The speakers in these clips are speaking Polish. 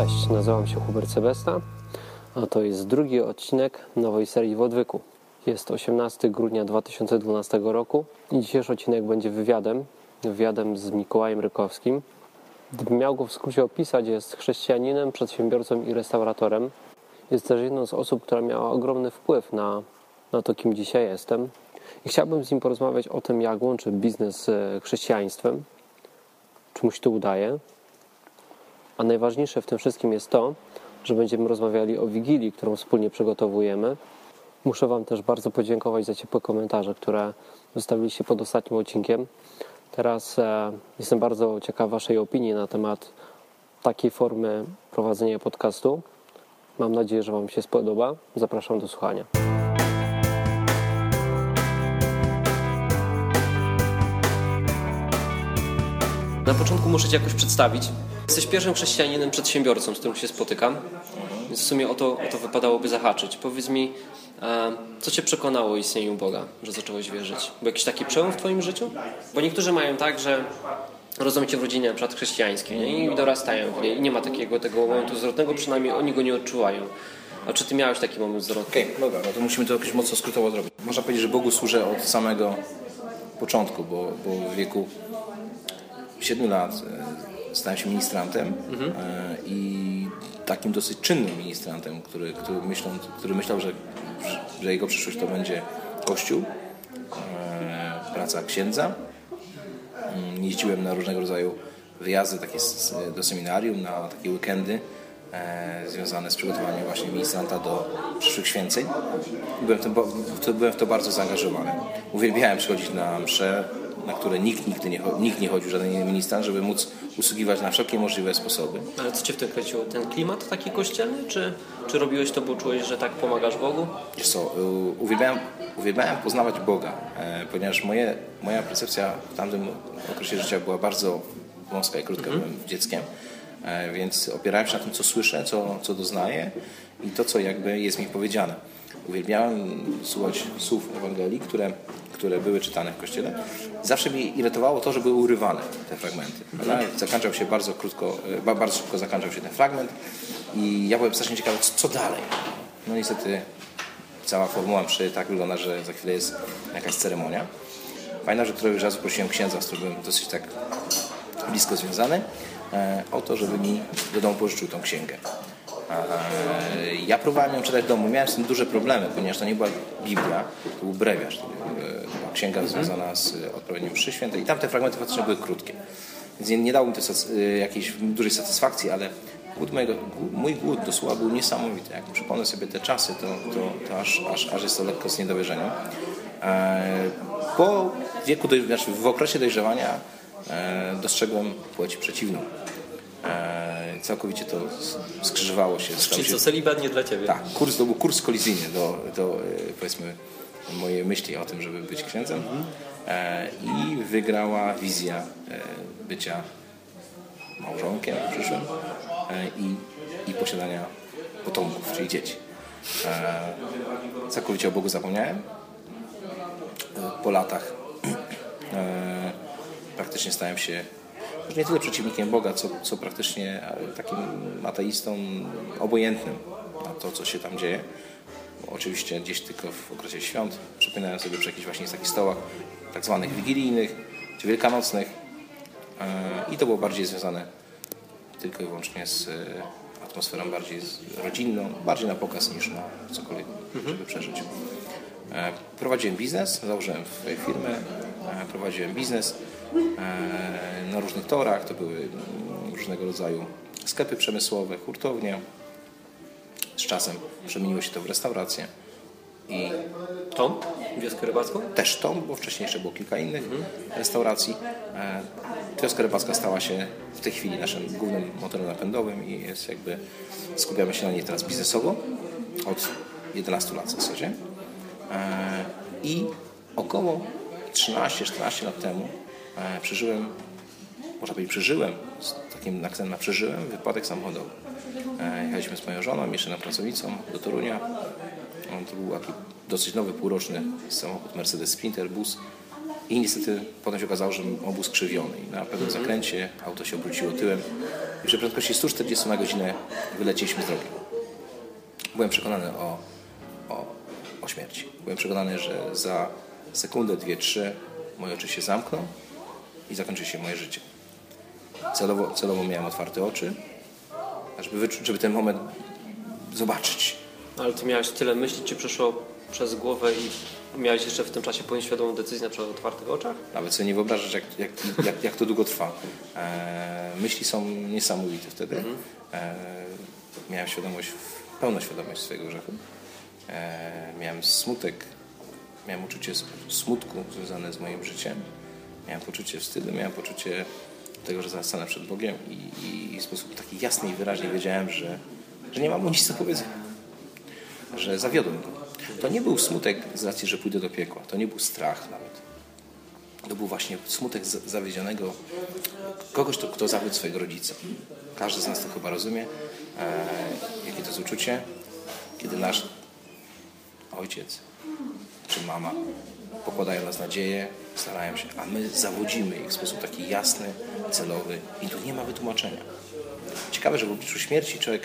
Cześć, nazywam się Hubert Sebesta, a to jest drugi odcinek nowej serii w Odwyku. Jest 18 grudnia 2012 roku i dzisiejszy odcinek będzie wywiadem z Mikołajem Rykowskim. Gdybym miał go w skrócie opisać, jest chrześcijaninem, przedsiębiorcą i restauratorem. Jest też jedną z osób, która miała ogromny wpływ na to, kim dzisiaj jestem. I chciałbym z nim porozmawiać o tym, jak łączy biznes z chrześcijaństwem, czy mu się to udaje. A najważniejsze w tym wszystkim jest to, że będziemy rozmawiali o Wigilii, którą wspólnie przygotowujemy. Muszę Wam też bardzo podziękować za ciepłe komentarze, które zostawiliście pod ostatnim odcinkiem. Teraz jestem bardzo ciekaw Waszej opinii na temat takiej formy prowadzenia podcastu. Mam nadzieję, że Wam się spodoba. Zapraszam do słuchania. Na początku muszę Cię jakoś przedstawić. Jesteś pierwszym chrześcijaninem przedsiębiorcą, z którym się spotykam, więc w sumie o to wypadałoby zahaczyć. Powiedz mi, co Cię przekonało o istnieniu Boga, że zacząłeś wierzyć? Był jakiś taki przełom w Twoim życiu? Bo niektórzy mają tak, że rodzą się w rodzinie na przykład chrześcijańskiej, nie? I dorastają w niej i nie ma tego momentu zwrotnego, przynajmniej oni go nie odczuwają. A czy Ty miałeś taki moment zwrotny? Okej, dobra, no to musimy to jakoś mocno skrótowo zrobić. Można powiedzieć, że Bogu służę od samego początku, bo w wieku 7 lat stałem się ministrantem i takim dosyć czynnym ministrantem, który myślał, że jego przyszłość to będzie Kościół, praca księdza. Jeździłem na różnego rodzaju wyjazdy takie do seminarium, na takie weekendy związane z przygotowaniem właśnie ministranta do przyszłych święceń. Byłem w to bardzo zaangażowany. Uwielbiałem przychodzić na msze, na które nikt nie chodził, żaden ministrant, żeby móc usługiwać na wszelkie możliwe sposoby. Ale co Cię w tym kręciło? Ten klimat taki kościelny? Czy robiłeś to, bo czułeś, że tak pomagasz Bogu? Wiesz co, uwielbiałem poznawać Boga, ponieważ moja percepcja w tamtym okresie życia była bardzo wąska i krótka, byłem dzieckiem, więc opierałem się na tym, co słyszę, co doznaję i to, co jakby jest mi powiedziane. Uwielbiałem słuchać słów Ewangelii, które były czytane w kościele. Zawsze mnie irytowało to, że były urywane te fragmenty. Zakończał się bardzo szybko zakończał się ten fragment i ja byłem strasznie ciekawy, co dalej. No niestety cała formuła mszy tak wygląda, że za chwilę jest jakaś ceremonia. Pamiętam, że któregoś razu prosiłem księdza, z którym byłem dosyć tak blisko związany, o to, żeby mi do domu pożyczył tą księgę. Ja próbowałem ją czytać w domu. Miałem z tym duże problemy, ponieważ to nie była Biblia, to był brewiarz. To była księga związana z odprawieniem mszy świętej i tam te fragmenty faktycznie były krótkie. Więc nie dało mi to jakiejś dużej satysfakcji, ale mój głód do słowa był niesamowity. Jak przypomnę sobie te czasy, to aż jest to lekko z niedowierzeniem. W okresie dojrzewania dostrzegłem płeć przeciwną. Całkowicie to skrzyżowało się. Czyli co, celibat nie dla Ciebie? Tak, to był kurs kolizyjny do powiedzmy mojej myśli o tym, żeby być księdzem i wygrała wizja bycia małżonkiem przyszłym i posiadania potomków, czyli dzieci. Całkowicie o Bogu zapomniałem. Po latach praktycznie stałem się już nie tyle przeciwnikiem Boga, co praktycznie takim ateistą obojętnym na to, co się tam dzieje. Oczywiście gdzieś tylko w okresie świąt przypominałem sobie przy jakichś właśnie takich stołach tak zwanych wigilijnych czy wielkanocnych i to było bardziej związane tylko i wyłącznie z atmosferą bardziej rodzinną, bardziej na pokaz niż na cokolwiek, żeby przeżyć. Prowadziłem biznes, założyłem firmę, prowadziłem biznes na różnych torach, to były różnego rodzaju sklepy przemysłowe, hurtownie. Z czasem przemieniło się to w restaurację. I Tom? Wioskę rybacką? Też Tom, bo wcześniej jeszcze było kilka innych restauracji. Wioska rybacka stała się w tej chwili naszym głównym motorem napędowym i jest skupiamy się na niej teraz biznesowo od 11 lat w zasadzie. I około 13-14 lat temu przeżyłem, z takim akcentem na przeżyłem, wypadek samochodowy. Jechaliśmy z moją żoną, jeszcze na pracownicą do Torunia. To był taki dosyć nowy, półroczny samochód Mercedes Sprinter, bus. I niestety potem się okazało, że on był skrzywiony. I na pewnym zakręcie auto się obróciło tyłem i przy prędkości 140 na godzinę wylecieliśmy z drogi. Byłem przekonany o śmierci. Byłem przekonany, że za sekundę, 2, 3 moje oczy się zamkną i zakończy się moje życie. Celowo miałem otwarte oczy, żeby ten moment zobaczyć. Ale ty miałeś tyle myśli, ci przeszło przez głowę i miałeś jeszcze w tym czasie podjąć świadomą decyzję na przykład o otwartych oczach? Nawet sobie nie wyobrażasz, jak to długo trwa. Myśli są niesamowite wtedy. Miałem pełną świadomość swojego grzechu. Miałem smutek, miałem uczucie smutku związane z moim życiem. Miałem poczucie wstydu, miałem poczucie tego, że zaraz stanę przed Bogiem i w sposób taki jasny i wyraźny wiedziałem, że nie mam mu nic do powiedzenia. Że zawiodłem go. To nie był smutek z racji, że pójdę do piekła. To nie był strach nawet. To był właśnie smutek zawiedzionego kogoś, kto zawiódł swojego rodzica. Każdy z nas to chyba rozumie, jakie to jest uczucie, kiedy nasz ojciec czy mama pokładają nas nadzieję, starają się, a my zawodzimy ich w sposób taki jasny, celowy i tu nie ma wytłumaczenia. Ciekawe, że w obliczu śmierci człowiek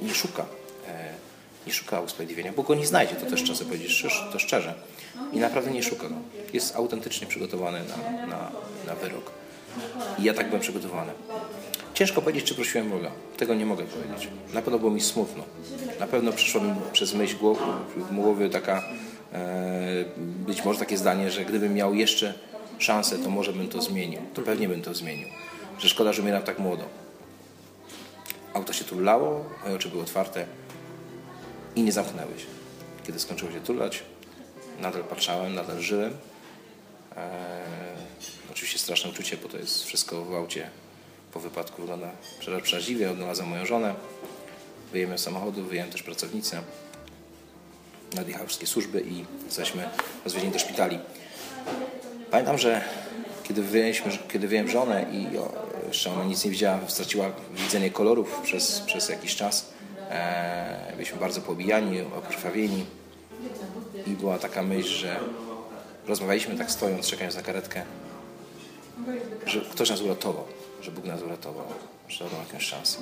nie szuka usprawiedliwienia, bo go nie znajdzie, to też trzeba sobie powiedzieć to szczerze. I naprawdę nie szuka go. Jest autentycznie przygotowany na wyrok. I ja tak byłem przygotowany. Ciężko powiedzieć, czy prosiłem Boga. Tego nie mogę powiedzieć. Na pewno było mi smutno. Na pewno przyszło mi przez myśl głowy taka, być może takie zdanie, że gdybym miał jeszcze szansę, to może bym to zmienił. To pewnie bym to zmienił. Że szkoda, że umieram tak młodo. Auto się turlało, moje oczy były otwarte i nie zamknęły się. Kiedy skończyło się turlać, nadal patrzałem, nadal żyłem. Oczywiście straszne uczucie, bo to jest wszystko w aucie po wypadku wygląda przeraźliwie. Odnalazłem moją żonę, wyjechałem z samochodu, wyjechałem też pracownicę. Nadjechały wszystkie służby i zostaliśmy rozwiezieni do szpitali. Pamiętam, że kiedy wyjąłem żonę i jeszcze ona nic nie widziała, straciła widzenie kolorów przez jakiś czas. Byliśmy bardzo pobijani, okrwawieni i była taka myśl, że rozmawialiśmy tak stojąc, czekając na karetkę, że ktoś nas uratował, że Bóg nas uratował, że dał jakąś szansę.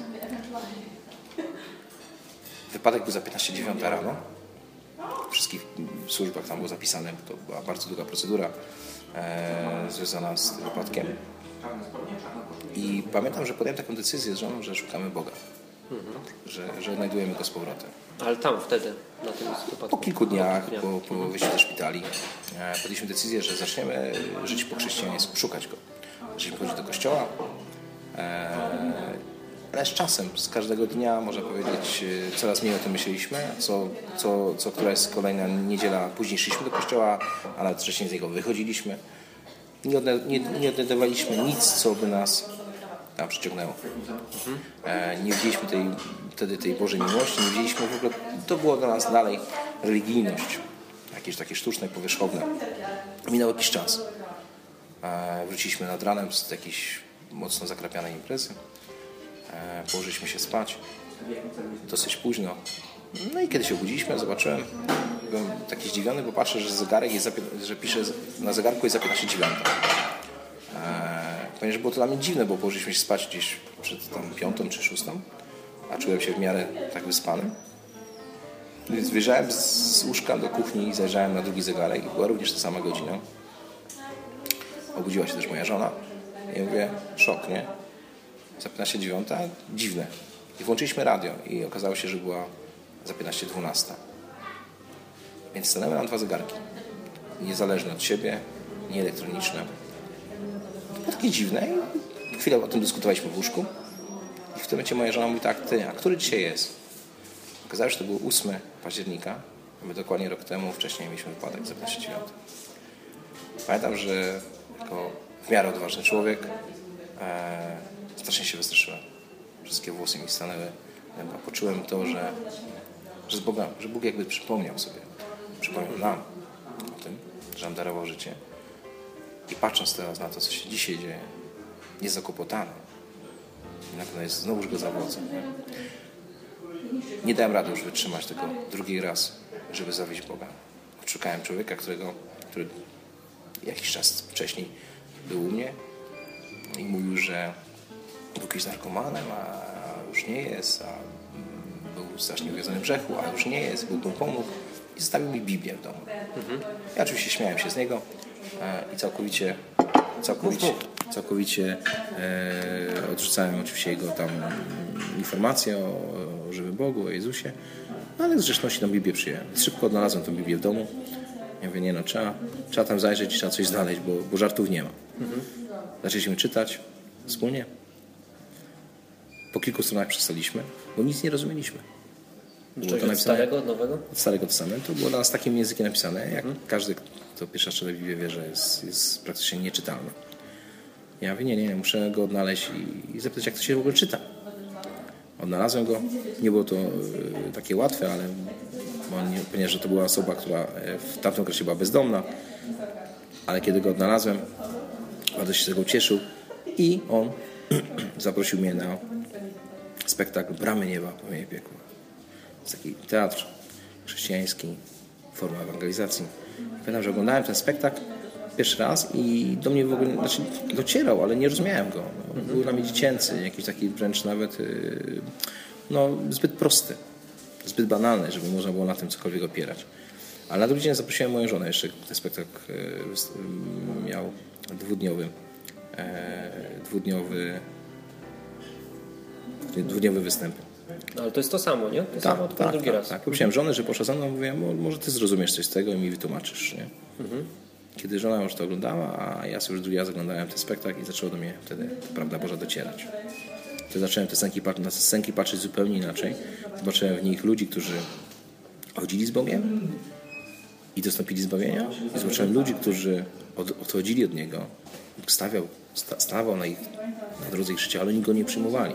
Wypadek był za 15:09 rano. W wszystkich służbach tam było zapisane, bo to była bardzo długa procedura związana z tym wypadkiem. I pamiętam, że podjąłem taką decyzję z żoną, że szukamy Boga. Że odnajdujemy Go z powrotem. Ale tam wtedy, na tym wypadku? Po kilku dniach, po wyjściu ze szpitali, podjęliśmy decyzję, że zaczniemy żyć po chrześcijaństwu, szukać Go. Zaczęliśmy chodzić do kościoła, ale z czasem, z każdego dnia, można powiedzieć, coraz mniej o tym myśleliśmy, co któraś kolejna niedziela później szliśmy do kościoła, a nawet wcześniej z niego wychodziliśmy. Nie odnajdywaliśmy nic, co by nas tam przyciągnęło. Nie widzieliśmy wtedy tej Bożej miłości, nie widzieliśmy w ogóle, to było dla nas dalej religijność, jakieś takie sztuczne, powierzchowne. Minął jakiś czas. Wróciliśmy nad ranem z jakiejś mocno zakrapianej imprezy. Położyliśmy się spać. Dosyć późno. No i kiedy się obudziliśmy, zobaczyłem, byłem taki zdziwiony, bo patrzę, że zegarek że pisze na zegarku jest za 15:09. Ponieważ było to dla mnie dziwne, bo położyliśmy się spać gdzieś przed tam 5 czy 6, a czułem się w miarę tak wyspany. Więc wyjrzałem z łóżka do kuchni i zajrzałem na drugi zegarek i była również ta sama godzina. Obudziła się też moja żona i mówię, szok, nie? Za 15:09, dziwne. I włączyliśmy radio i okazało się, że była za 15:12. Więc stanęły nam 2 zegarki. Niezależne od siebie, nieelektroniczne. To było takie dziwne i chwilę o tym dyskutowaliśmy w łóżku. I w tym momencie moja żona mówi tak, a który dzisiaj jest? Okazało się, że to był 8 października. My dokładnie rok temu wcześniej mieliśmy wypadek za 15:09. Pamiętam, że jako w miarę odważny człowiek strasznie się wystraszyłem. Wszystkie włosy mi stanęły. Poczułem to, że Bóg jakby przypomniał nam o tym, że nam darował życie. I patrząc teraz na to, co się dzisiaj dzieje, jest zakłopotany. I na pewno jest znowuż go zawodzę. Nie dałem rady już wytrzymać tego drugi raz, żeby zawieść Boga. Szukałem człowieka, który jakiś czas wcześniej był u mnie i mówił, że był kiedyś narkomanem, a już nie jest, a był strasznie uwiedzony w grzechu, a już nie jest, Bóg mu pomógł i zostawił mi Biblię w domu. Ja oczywiście śmiałem się z niego i całkowicie odrzucałem oczywiście jego tam informacje o żywym Bogu, o Jezusie, ale z grzeczności tą Biblię przyjąłem. Szybko odnalazłem tą Biblię w domu. Ja mówię, trzeba tam zajrzeć, trzeba coś znaleźć, bo żartów nie ma. Zaczęliśmy czytać wspólnie. Po kilku stronach przestaliśmy, bo nic nie rozumieliśmy. Było to napisane, od starego, od nowego? Od Starego Testamentu. Było dla nas takim językiem napisane, jak każdy, kto pierwszy raz czyta Biblię, wie, że jest praktycznie nieczytelne. Ja mówię, nie, muszę go odnaleźć i zapytać, jak to się w ogóle czyta. Odnalazłem go. Nie było to takie łatwe, ale ponieważ to była osoba, która w tamtym okresie była bezdomna, ale kiedy go odnalazłem, bardzo się z tego cieszył i on zaprosił mnie na spektakl Bramy Nieba, Płomienie Piekła. To jest taki teatr chrześcijański, forma ewangelizacji. Pamiętam, że oglądałem ten spektakl pierwszy raz i do mnie w ogóle docierał, ale nie rozumiałem go. Był dla mnie dziecięcy, jakiś taki wręcz nawet zbyt prosty, zbyt banalny, żeby można było na tym cokolwiek opierać. Ale na drugi dzień zaprosiłem moją żonę. Jeszcze ten spektakl miał dwudniowy występ. No, ale to jest to samo, nie? To samo, tylko drugi raz. Tak. Poprosiłem żonę, że poszła ze mną, mówię, może ty zrozumiesz coś z tego i mi wytłumaczysz, nie? Kiedy żona już to oglądała, a ja sobie już drugi raz oglądałem ten spektakl i zaczęło do mnie wtedy prawda Boża docierać. Wtedy zacząłem na te scenki patrzeć zupełnie inaczej. Zobaczyłem w nich ludzi, którzy chodzili z Bogiem i dostąpili zbawienia. I zobaczyłem ludzi, którzy odchodzili od Niego. Bóg stawał na drodze ich życia, ale oni Go nie przyjmowali.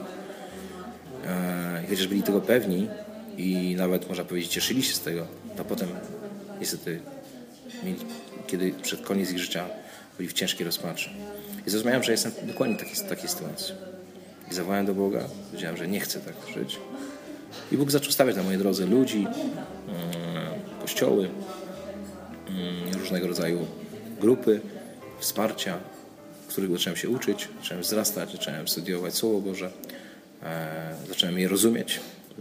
I chociaż byli tego pewni i nawet, można powiedzieć, cieszyli się z tego, to potem niestety, kiedy przed koniec ich życia byli w ciężkiej rozpaczy. I zrozumiałem, że jestem dokładnie w takiej sytuacji. I zawołałem do Boga, powiedziałem, że nie chcę tak żyć. I Bóg zaczął stawiać na mojej drodze ludzi, kościoły, różnego rodzaju grupy, wsparcia, w których zacząłem się uczyć, zacząłem wzrastać, zacząłem studiować Słowo Boże, zacząłem je rozumieć.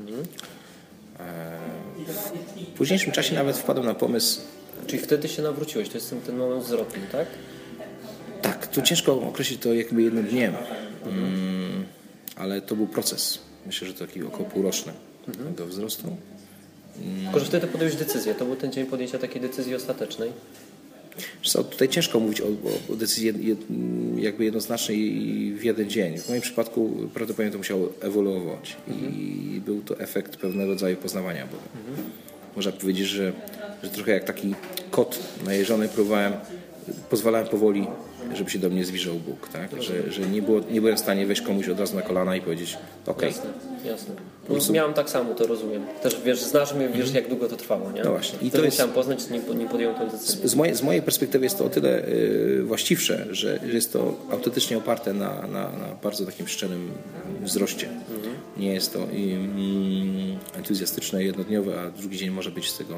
W późniejszym czasie nawet wpadłem na pomysł. Czyli wtedy się nawróciłeś, to jest ten moment zwrotny, tak? Tak, to ciężko określić to jakby jednym dniem, ale to był proces. Myślę, że taki około półroczny do wzrostu. Tylko, że wtedy podjąłeś decyzję, to był ten dzień podjęcia takiej decyzji ostatecznej. Tutaj ciężko mówić o decyzji jakby jednoznacznej w jeden dzień. W moim przypadku prawdopodobnie to musiało ewoluować i był to efekt pewnego rodzaju poznawania Boga. Można powiedzieć, że trochę jak taki kot najeżony pozwalałem powoli, żeby się do mnie zbliżał Bóg. Tak? Że nie byłem w stanie wejść komuś od razu na kolana i powiedzieć okej. Jasne. Miałem tak samo, to rozumiem. Też znasz mnie, wiesz jak długo to trwało, nie? No właśnie. I to musiałem poznać, nie podjąłem tę decyzję. Z mojej perspektywy jest to o tyle właściwsze, że jest to autentycznie oparte na bardzo takim szczerym wzroście. Nie jest to entuzjastyczne, jednodniowe, a drugi dzień może być z tego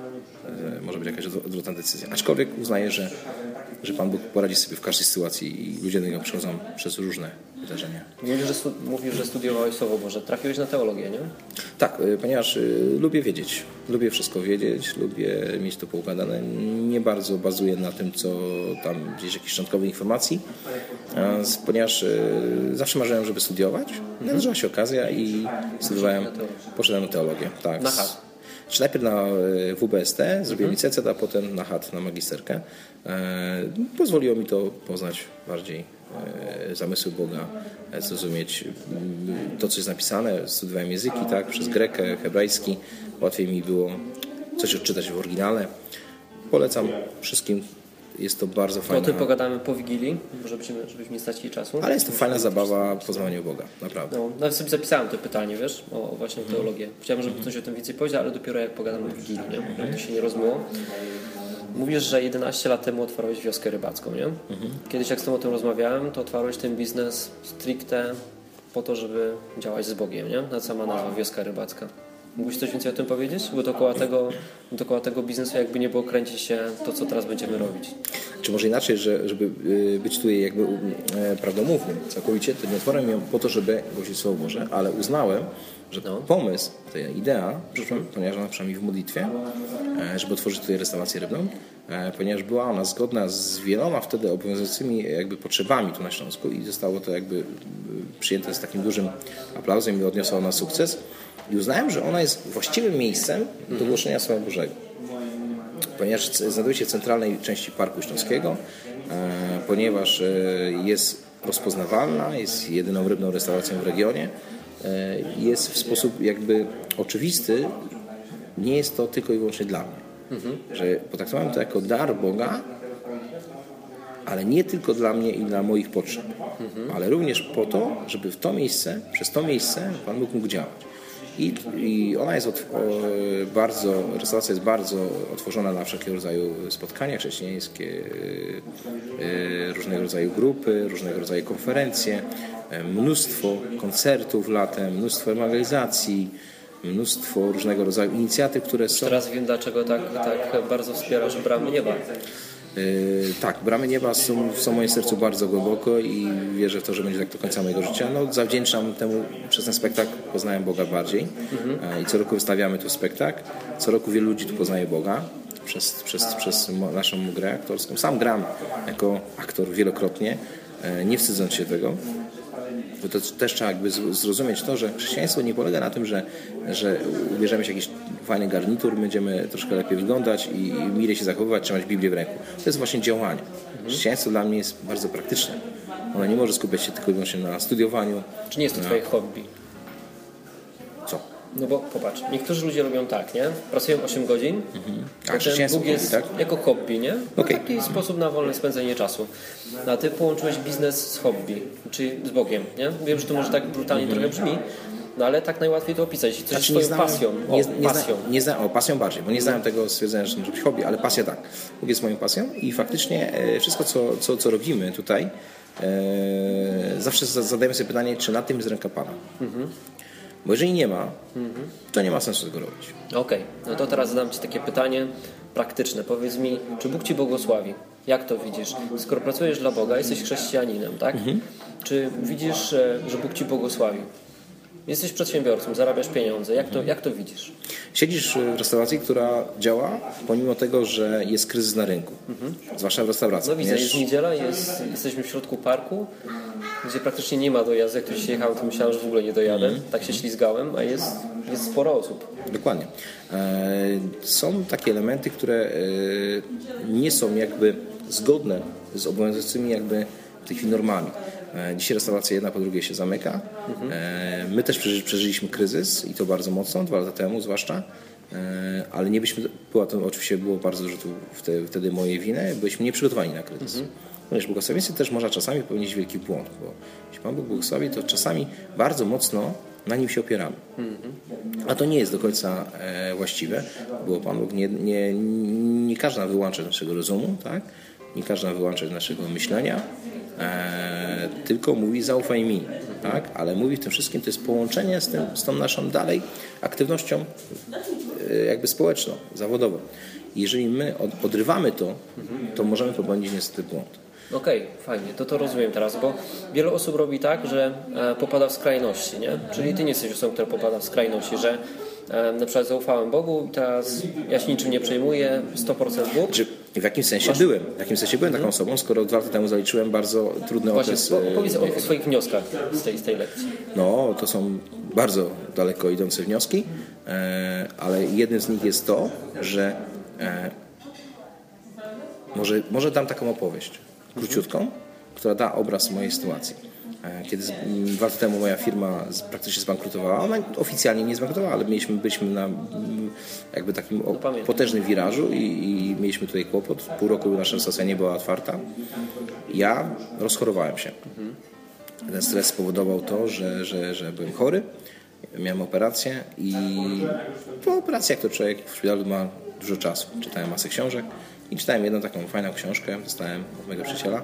jakaś odwrotna decyzja. Aczkolwiek uznaję, że Pan Bóg poradzi sobie w każdej sytuacji i ludzie do Niego przychodzą przez różne wydarzenia. Mówisz, że studiowałeś Słowo Boże. Trafiłeś na teologię, nie? Tak, ponieważ lubię wiedzieć. Lubię wszystko wiedzieć, lubię mieć to poukładane. Nie bardzo bazuję na tym, co tam gdzieś jakieś szczątkowe informacji, ponieważ zawsze marzyłem, żeby studiować. Nadarzyła się okazja i poszedłem na teologię. Tak. Na HAT. Czy najpierw na WBST, zrobiłem licencjat, a potem na HAT, na magisterkę. Pozwoliło mi to poznać bardziej zamysły Boga, zrozumieć to, co jest napisane. Studiowałem języki, tak, przez grekę, hebrajski. Łatwiej mi było coś odczytać w oryginale. Polecam wszystkim. Jest to bardzo fajne. O tym pogadamy po Wigilii, żebyśmy nie stracili czasu. Ale jest to fajna zabawa poznawania Boga, naprawdę. No, nawet sobie zapisałem to pytanie, wiesz, o właśnie teologię. Chciałem, żeby ktoś o tym więcej powiedział, ale dopiero jak pogadamy o Wigilii, nie? Jak to się nie rozmyło. Mówisz, że 11 lat temu otwarłeś wioskę rybacką, nie? Kiedyś jak z tobą o tym rozmawiałem, to otwarłeś ten biznes stricte po to, żeby działać z Bogiem, nie? Na sama nazwa, wioska rybacka. Mógłbyś coś więcej o tym powiedzieć? Bo dookoła tego biznesu jakby nie było kręcić się to, co teraz będziemy robić. Czy może inaczej, żeby być tutaj jakby prawdomównym całkowicie, to nie otworzyłem ją po to, żeby głosić Słowo Boże, ale uznałem, że pomysł, ta idea przyszła, ponieważ ona przynajmniej w modlitwie, żeby otworzyć tutaj restaurację rybną, ponieważ była ona zgodna z wieloma wtedy obowiązującymi jakby potrzebami tu na Śląsku i zostało to jakby przyjęte z takim dużym aplauzem i odniosła ona sukces. I uznałem, że ona jest właściwym miejscem do głoszenia Słowa Bożego. Ponieważ znajduje się w centralnej części Parku Śląskiego, ponieważ jest rozpoznawalna, jest jedyną rybną restauracją w regionie, jest w sposób jakby oczywisty, nie jest to tylko i wyłącznie dla mnie. Że potraktowałem to jako dar Boga, ale nie tylko dla mnie i dla moich potrzeb, ale również po to, żeby w to miejsce, przez to miejsce Pan Bóg mógł działać. I ona jest restauracja jest bardzo otworzona na wszelkiego rodzaju spotkania chrześcijańskie, różnego rodzaju grupy, różnego rodzaju konferencje, mnóstwo koncertów latem, mnóstwo ewangelizacji, mnóstwo różnego rodzaju inicjatyw, które są... Teraz wiem, dlaczego tak bardzo wspierasz Bramy Nieba. Tak, Bramy Nieba są w moim sercu bardzo głęboko i wierzę w to, że będzie tak do końca mojego życia. No, zawdzięczam temu, przez ten spektakl poznałem Boga bardziej i co roku wystawiamy tu spektakl. Co roku wielu ludzi tu poznaje Boga przez naszą grę aktorską. Sam gram jako aktor wielokrotnie, nie wstydząc się tego. Bo to też trzeba jakby zrozumieć to, że chrześcijaństwo nie polega na tym, że ubierzemy się jakiś fajny garnitur, będziemy troszkę lepiej wyglądać i milej się zachowywać, trzymać Biblię w ręku. To jest właśnie działanie. Chrześcijaństwo dla mnie jest bardzo praktyczne. Ono nie może skupiać się tylko i wyłącznie na studiowaniu. Czy nie jest to twoje hobby? Co? No bo popatrz, niektórzy ludzie robią tak, nie? Pracują 8 godzin, A chrześcijaństwo Bóg jest tak? jako hobby, nie? No Okay. taki sposób na wolne spędzenie czasu. A ty połączyłeś biznes z hobby, czyli z Bogiem, nie? Wiem, że to może tak brutalnie trochę brzmi, no ale tak najłatwiej to opisać. Coś Znaczy, swoją pasją. Pasją bardziej, bo nie znałem tego stwierdzenia, że to może być hobby, ale pasja tak. Bóg jest moją pasją i faktycznie wszystko, co robimy tutaj, zawsze zadajemy sobie pytanie, czy na tym jest ręka Pana. Bo jeżeli nie ma, to nie ma sensu tego robić. Okej, no to teraz zadam ci takie pytanie praktyczne. Powiedz mi, czy Bóg ci błogosławi? Jak to widzisz? Skoro pracujesz dla Boga, jesteś chrześcijaninem, tak? Czy widzisz, że Bóg ci błogosławi? Jesteś przedsiębiorcą, zarabiasz pieniądze. Jak to widzisz? Siedzisz w restauracji, która działa pomimo tego, że jest kryzys na rynku. Zwłaszcza w restauracji. No widzę, jest niedziela, jesteśmy w środku parku, gdzie praktycznie nie ma dojazdu. Jak tu dzisiaj jechałem, to myślałem, że w ogóle nie dojadę. Tak się ślizgałem, a jest sporo osób. Dokładnie. Są takie elementy, które nie są jakby zgodne z obowiązującymi jakby w tej chwili normami. Dzisiaj restauracja jedna po drugiej się zamyka. My też przeżyliśmy kryzys i to bardzo mocno, 2 lata temu zwłaszcza, ale nie byliśmy, oczywiście było bardzo dużo wtedy mojej winy, byliśmy nieprzygotowani na kryzys. Ponieważ w błogosławieństwie też można czasami popełnić wielki błąd, bo jeśli Pan Bóg błogosławi, to czasami bardzo mocno na nim się opieramy. A to nie jest do końca właściwe, bo Pan Bóg nie każe nam wyłączać naszego rozumu, tak? Nie każe nam wyłączać naszego myślenia, tylko mówi zaufaj mi, tak? Ale mówi w tym wszystkim, to jest połączenie z tą naszą dalej aktywnością jakby społeczną, zawodową. Jeżeli my odrywamy to możemy popełnić niestety błąd. Okej, fajnie, to rozumiem teraz, bo wiele osób robi tak, że popada w skrajności, nie? Czyli ty nie jesteś osobą, która popada w skrajności, że na przykład zaufałem Bogu i teraz ja się niczym nie przejmuję, 100% Bóg. W jakimś sensie byłem taką osobą, skoro 2 lata temu zaliczyłem bardzo trudny okres. Powiedz o swoich wnioskach z tej lekcji. No, to są bardzo daleko idące wnioski, ale jednym z nich jest to, że może dam taką opowieść króciutką, która da obraz mojej sytuacji. Kiedy 2 lata temu moja firma praktycznie zbankrutowała, ona oficjalnie nie zbankrutowała, ale byliśmy na jakby takim potężnym wirażu i mieliśmy tutaj kłopot. Pół roku nasza restauracja nie była otwarta. Ja rozchorowałem się. Ten stres spowodował to, że byłem chory, miałem operację i po operacji, jak to człowiek w szpitalu ma dużo czasu. Czytałem masę książek i czytałem jedną taką fajną książkę, dostałem od mojego przyjaciela.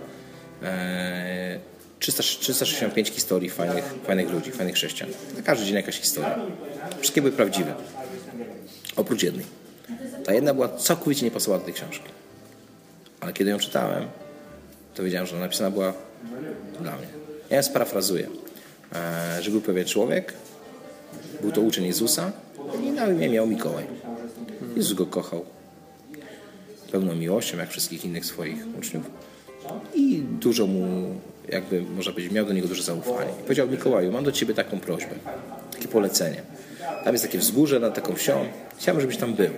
365 historii fajnych ludzi, fajnych chrześcijan. Na każdy dzień jakaś historia. Wszystkie były prawdziwe. Oprócz jednej. Ta jedna była całkowicie nie pasowała do tej książki. Ale kiedy ją czytałem, to wiedziałem, że ona napisana była dla mnie. Ja sparafrazuję, że był pewien człowiek, był to uczeń Jezusa i na imię miał Mikołaj. Jezus go kochał pełną miłością, jak wszystkich innych swoich uczniów. I dużo mu, jakby można powiedzieć, miał do niego duże zaufanie. I powiedział: Mikołaju, mam do ciebie taką prośbę, takie polecenie. Tam jest takie wzgórze nad taką wsią. Chciałbym, żebyś tam był.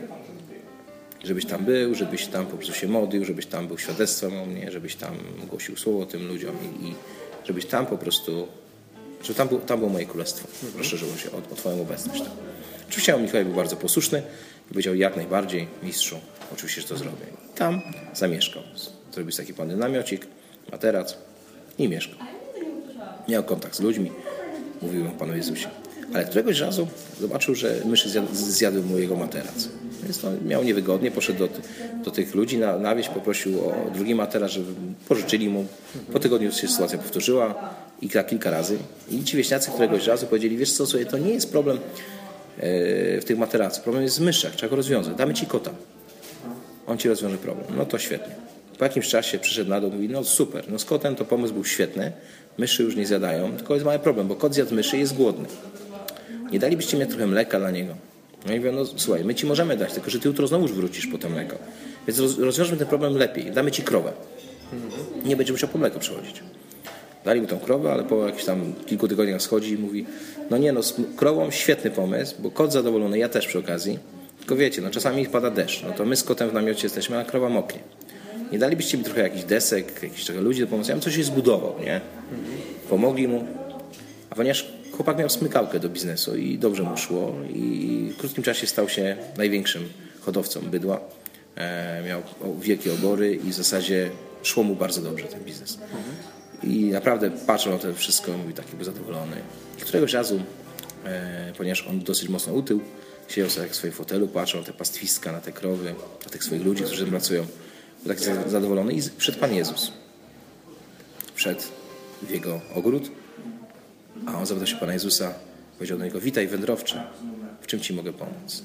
Żebyś tam po prostu się modlił, żebyś tam był świadectwem o mnie, żebyś tam głosił słowo tym ludziom i żebyś tam po prostu, żeby tam było moje królestwo. Proszę, żebym się o twoją obecność. Tak. Oczywiście Mikołaj był bardzo posłuszny i powiedział: jak najbardziej, mistrzu, oczywiście, że to zrobię. I tam zamieszkał. Zrobił sobie taki panny namiocik, materac i mieszkał. Miał kontakt z ludźmi, mówił o Panu Jezusie. Ale któregoś razu zobaczył, że myszy zjadły mu jego materac. Więc miał niewygodnie, poszedł do tych ludzi na wieś, poprosił o drugi materac, żeby pożyczyli mu. Po tygodniu się sytuacja powtórzyła i kilka razy. I ci wieśniacy któregoś razu powiedzieli: wiesz co, słuchaj, to nie jest problem w tych materacach, problem jest w myszach, trzeba go rozwiązać. Damy ci kota. On ci rozwiąże problem. No to świetnie. Po jakimś czasie przyszedł na dół i mówi: no super, no z kotem to pomysł był świetny, myszy już nie zjadają, tylko jest mały problem, bo kot zjadł myszy i jest głodny. Nie dalibyście mi trochę mleka dla niego? No i mówią: no słuchaj, my ci możemy dać, tylko że ty jutro znowu wrócisz po to mleko. Więc rozwiążmy ten problem lepiej, damy ci krowę. Nie będzie musiał po mleko przychodzić. Dali mu tą krowę, ale po jakichś tam kilku tygodniach schodzi i mówi: no nie no, z krową świetny pomysł, bo kot zadowolony, ja też przy okazji. Tylko wiecie, no czasami pada deszcz, no to my z kotem w namiocie jesteśmy, a krowa moknie. Nie dalibyście mi trochę jakichś desek, jakichś trochę ludzi do pomocy? Ja bym coś zbudował, nie? Pomogli mu. A ponieważ chłopak miał smykałkę do biznesu i dobrze mu szło i w krótkim czasie stał się największym hodowcą bydła. Miał wielkie obory i w zasadzie szło mu bardzo dobrze ten biznes. I naprawdę patrzył na to wszystko i mówi: taki był zadowolony. I któregoś razu, ponieważ on dosyć mocno utył, siedział sobie w swoim fotelu, patrzył na te pastwiska, na te krowy, na tych swoich ludzi, którzy tam pracują. Był taki zadowolony i wszedł Pan Jezus. Wszedł w jego ogród, a on zapytał się Pana Jezusa, powiedział do niego: witaj wędrowcze, w czym ci mogę pomóc?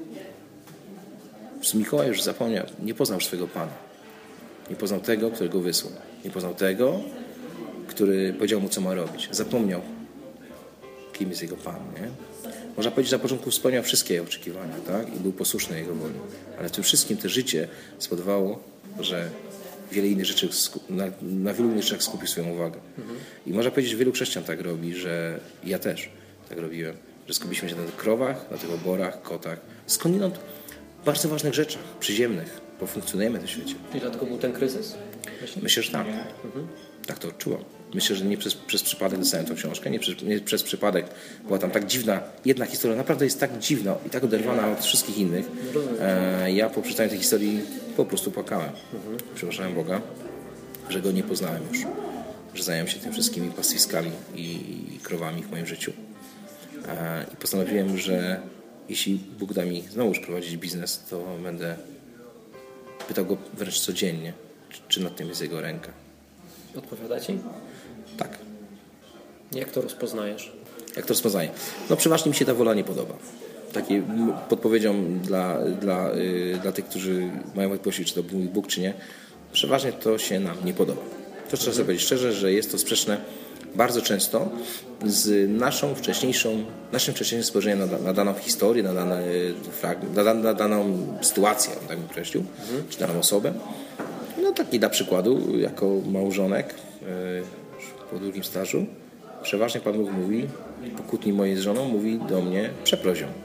Mikołaj już zapomniał, nie poznał swojego Pana. Nie poznał tego, który go wysłał. Nie poznał tego, który powiedział mu, co ma robić. Zapomniał, kim jest jego Pan. Nie? Można powiedzieć, że na początku spełniał wszystkie jego oczekiwania, tak? I był posłuszny jego woli. Ale w tym wszystkim to życie spowodowało, że wiele innych rzeczy, na wielu innych rzeczach skupił swoją uwagę. I można powiedzieć, że wielu chrześcijan tak robi, że ja też tak robiłem, że skupiliśmy się na tych krowach, na tych oborach, kotach. Skądinąd bardzo ważnych rzeczach, przyziemnych, bo funkcjonujemy w tym świecie. I dlatego był ten kryzys? Myślę, że tak. Tak to odczuwam. Myślę, że nie przez przypadek dostałem tę książkę, nie przez przypadek była tam tak dziwna. Jedna historia naprawdę jest tak dziwna i tak oderwana od wszystkich innych. Ja po przeczytaniu tej historii po prostu płakałem. Przepraszałem Boga, że go nie poznałem już. Że zająłem się tym wszystkimi pastwiskami i krowami w moim życiu. I postanowiłem, że jeśli Bóg da mi znowu już prowadzić biznes, to będę pytał go wręcz codziennie, czy nad tym jest jego ręka. Odpowiada ci? Tak. Jak to rozpoznajesz? Jak to rozpoznaję? No przeważnie mi się ta wola nie podoba. Taką podpowiedzią dla tych, którzy mają wątpliwości, czy to był Bóg, czy nie, przeważnie to się nam nie podoba. To trzeba sobie powiedzieć szczerze, że jest to sprzeczne bardzo często z naszym wcześniejszym spojrzeniem na daną historię, na dany fragment, na daną sytuację, tak bym określił, czy daną osobę. No taki dla przykładu, jako małżonek po długim stażu, przeważnie Pan Bóg mówi, po kłótni mojej z żoną, mówi do mnie: przeproś ją.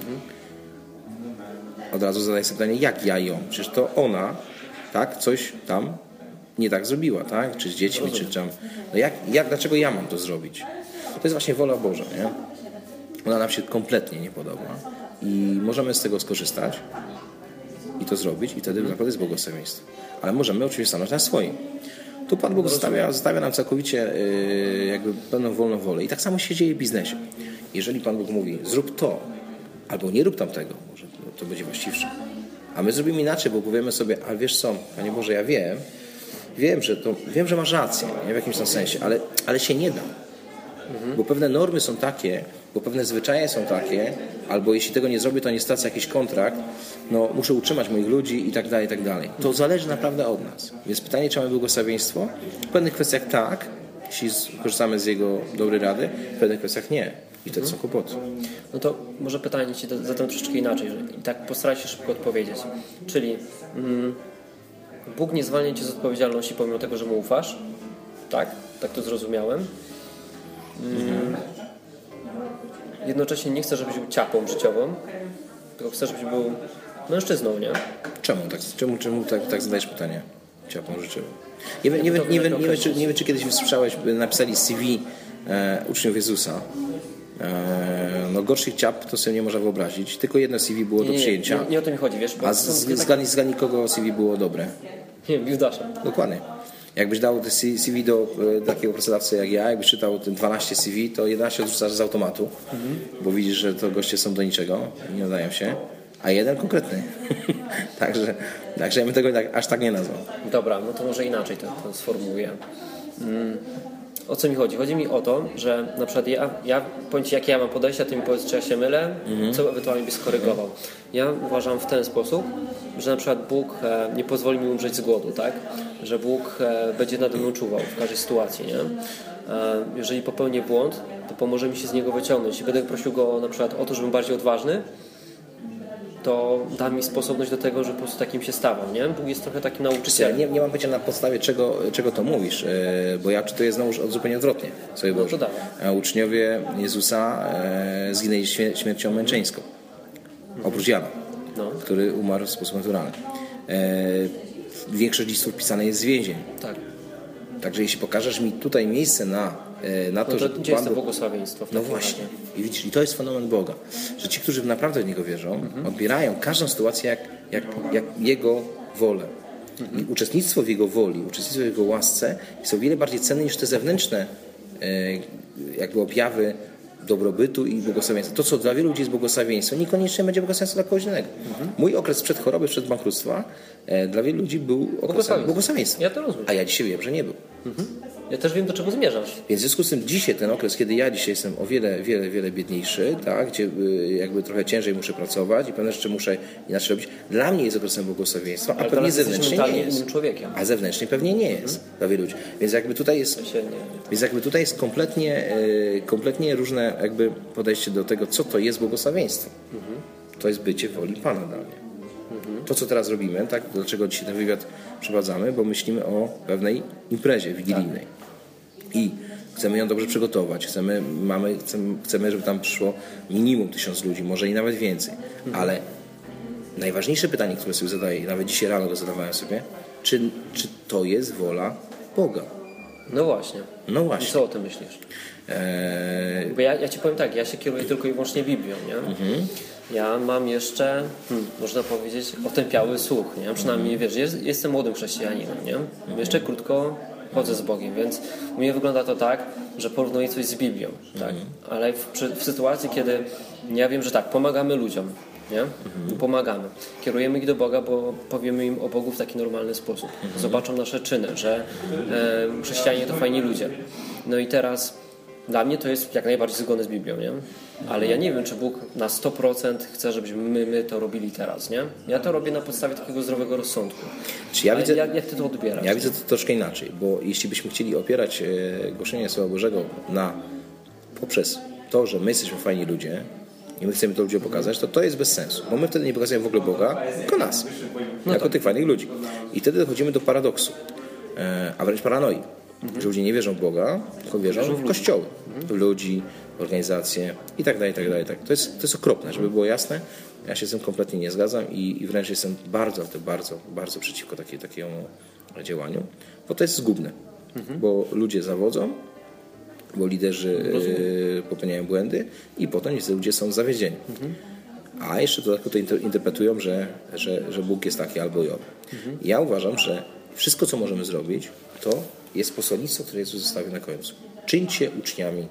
Od razu zadaję sobie pytanie, jak ja ją? Przecież to ona, tak, coś tam nie tak zrobiła, tak? Czy z dziećmi, czy tam. No dlaczego ja mam to zrobić? To jest właśnie wola Boża, nie? Ona nam się kompletnie nie podoba i możemy z tego skorzystać i to zrobić i wtedy naprawdę jest błogosławieństwo. Ale możemy oczywiście stanąć na swoim. Tu Pan Bóg zostawia nam całkowicie jakby pełną wolną wolę. I tak samo się dzieje w biznesie. Jeżeli Pan Bóg mówi: zrób to, albo nie rób tamtego, może to będzie właściwsze. A my zrobimy inaczej, bo powiemy sobie: a wiesz co, Panie Boże, ja wiem, że masz rację, nie? W jakimś tam sensie, ale się nie da. Bo pewne normy są takie, bo pewne zwyczaje są takie, albo jeśli tego nie zrobię, to nie stracę jakiś kontrakt, no muszę utrzymać moich ludzi i tak dalej, i tak dalej. To zależy naprawdę od nas. Więc pytanie, czy mamy błogosławieństwo? W pewnych kwestiach tak, jeśli korzystamy z jego dobrej rady, w pewnych kwestiach nie. I wtedy są kłopoty. No to może pytanie Ci zadam troszeczkę inaczej. I tak postaraj się szybko odpowiedzieć. Czyli Bóg nie zwalnia Cię z odpowiedzialności pomimo tego, że Mu ufasz. Tak? Tak to zrozumiałem. Jednocześnie nie chcę, żebyś był ciapą życiową, tylko chcę, żebyś był mężczyzną, nie? Czemu tak zadajesz pytanie? Ciapą życzę. Nie wiem, czy kiedyś słyszałeś, napisali CV uczniów Jezusa. No gorszych ciap to sobie nie można wyobrazić. Tylko jedno CV było do przyjęcia. Nie o to mi chodzi, wiesz? Bo a zgadnij kogo CV było dobre? Nie wiem, Judasza. Dokładnie. Jakbyś dał te CV do takiego pracodawcy jak ja, jakbyś czytał 12 CV, to 11 odrzucasz z automatu, bo widzisz, że to goście są do niczego, nie nadają się, a jeden konkretny. Także ja bym tego aż tak nie nazwał. Dobra, no to może inaczej to sformułuję. O co mi chodzi? Chodzi mi o to, że na przykład ja powiem Ci, jakie ja mam podejście, a Ty mi powiedz, czy ja się mylę, co ewentualnie byś skorygował. Ja uważam w ten sposób, że na przykład Bóg nie pozwoli mi umrzeć z głodu, tak? Że Bóg będzie nade mną czuwał w każdej sytuacji, nie? Jeżeli popełnię błąd, to pomoże mi się z niego wyciągnąć. I będę prosił Go na przykład o to, żebym bardziej odważny, to da mi sposobność do tego, że po prostu takim się stawał, nie? Bóg jest trochę takim nauczycielem. Nie mam pojęcia na podstawie czego to mówisz, bo ja czytuję znowu zupełnie odwrotnie sobie Boże. Uczniowie Jezusa zginęli śmiercią męczeńską. Oprócz Jana, który umarł w sposób naturalny. Większość listów pisane jest z więzień. Tak. Także jeśli pokażesz mi tutaj miejsce na to, że gdzie jest to błogosławieństwo? No właśnie. I widzisz, i to jest fenomen Boga, że ci, którzy naprawdę w Niego wierzą, odbierają każdą sytuację jak Jego wolę. I uczestnictwo w Jego woli, uczestnictwo w Jego łasce jest o wiele bardziej cenne niż te zewnętrzne jakby objawy dobrobytu i błogosławieństwa. To, co dla wielu ludzi jest błogosławieństwem, niekoniecznie będzie błogosławieństwem dla kogoś innego. Mój okres sprzed choroby, sprzed bankructwa dla wielu ludzi był okresem błogosławieństwa. Ja to rozumiem. A ja dzisiaj wiem, że nie był. Ja też wiem, do czego zmierzasz. Więc w związku z tym dzisiaj ten okres, kiedy ja dzisiaj jestem o wiele biedniejszy, tak, gdzie jakby trochę ciężej muszę pracować i pewne rzeczy muszę inaczej robić, dla mnie jest okresem błogosławieństwa, a pewnie zewnętrznie nie jest. Innym człowiekiem. A zewnętrznie pewnie nie jest dla wielu ludzi. Więc jakby tutaj jest kompletnie różne jakby podejście do tego, co to jest błogosławieństwo. To jest bycie w woli Pana dla mnie. To, co teraz robimy, tak, dlaczego dzisiaj ten wywiad przeprowadzamy, bo myślimy o pewnej imprezie wigilijnej. I chcemy ją dobrze przygotować. Chcemy, żeby tam przyszło minimum 1000 ludzi, może i nawet więcej. Ale najważniejsze pytanie, które sobie zadaję, i nawet dzisiaj rano go zadawałem sobie, czy to jest wola Boga? No właśnie. I co o tym myślisz? Bo ja Ci powiem tak, ja się kieruję tylko i wyłącznie Biblią, nie? Ja mam jeszcze, można powiedzieć, otępiały słuch, nie? Przynajmniej, wiesz, jestem młodym chrześcijaninem, nie? Jeszcze krótko chodzę z Bogiem, więc u mnie wygląda to tak, że porównuję coś z Biblią, tak? Ale w sytuacji, kiedy ja wiem, że tak, pomagamy ludziom, nie? Pomagamy. Kierujemy ich do Boga, bo powiemy im o Bogu w taki normalny sposób. Zobaczą nasze czyny, że chrześcijanie to fajni ludzie. No i teraz dla mnie to jest jak najbardziej zgodne z Biblią, nie? Ale ja nie wiem, czy Bóg na 100% chce, żebyśmy my to robili teraz, nie? Ja to robię na podstawie takiego zdrowego rozsądku. Jak Ty to odbierasz? Ja widzę to troszkę inaczej, bo jeśli byśmy chcieli opierać głoszenie Słowa Bożego poprzez to, że my jesteśmy fajni ludzie i my chcemy to ludziom pokazać, to jest bez sensu, bo my wtedy nie pokazujemy w ogóle Boga, tylko nas, jako tych fajnych ludzi. I wtedy dochodzimy do paradoksu, a wręcz paranoi. Że ludzie nie wierzą w Boga, tylko wierzą w kościoły, w ludzi, w organizacje i tak dalej, i tak dalej. To jest okropne, żeby było jasne. Ja się z tym kompletnie nie zgadzam i wręcz jestem bardzo, bardzo przeciwko takiemu działaniu, bo to jest zgubne. Bo ludzie zawodzą, bo liderzy popełniają błędy i potem ludzie są zawiedzieni. A jeszcze dodatkowo to interpretują, że Bóg jest taki albo i owy. Ja uważam, że wszystko, co możemy zrobić, to jest posłannictwo, które Jezus zostawił na końcu. Czyńcie uczniami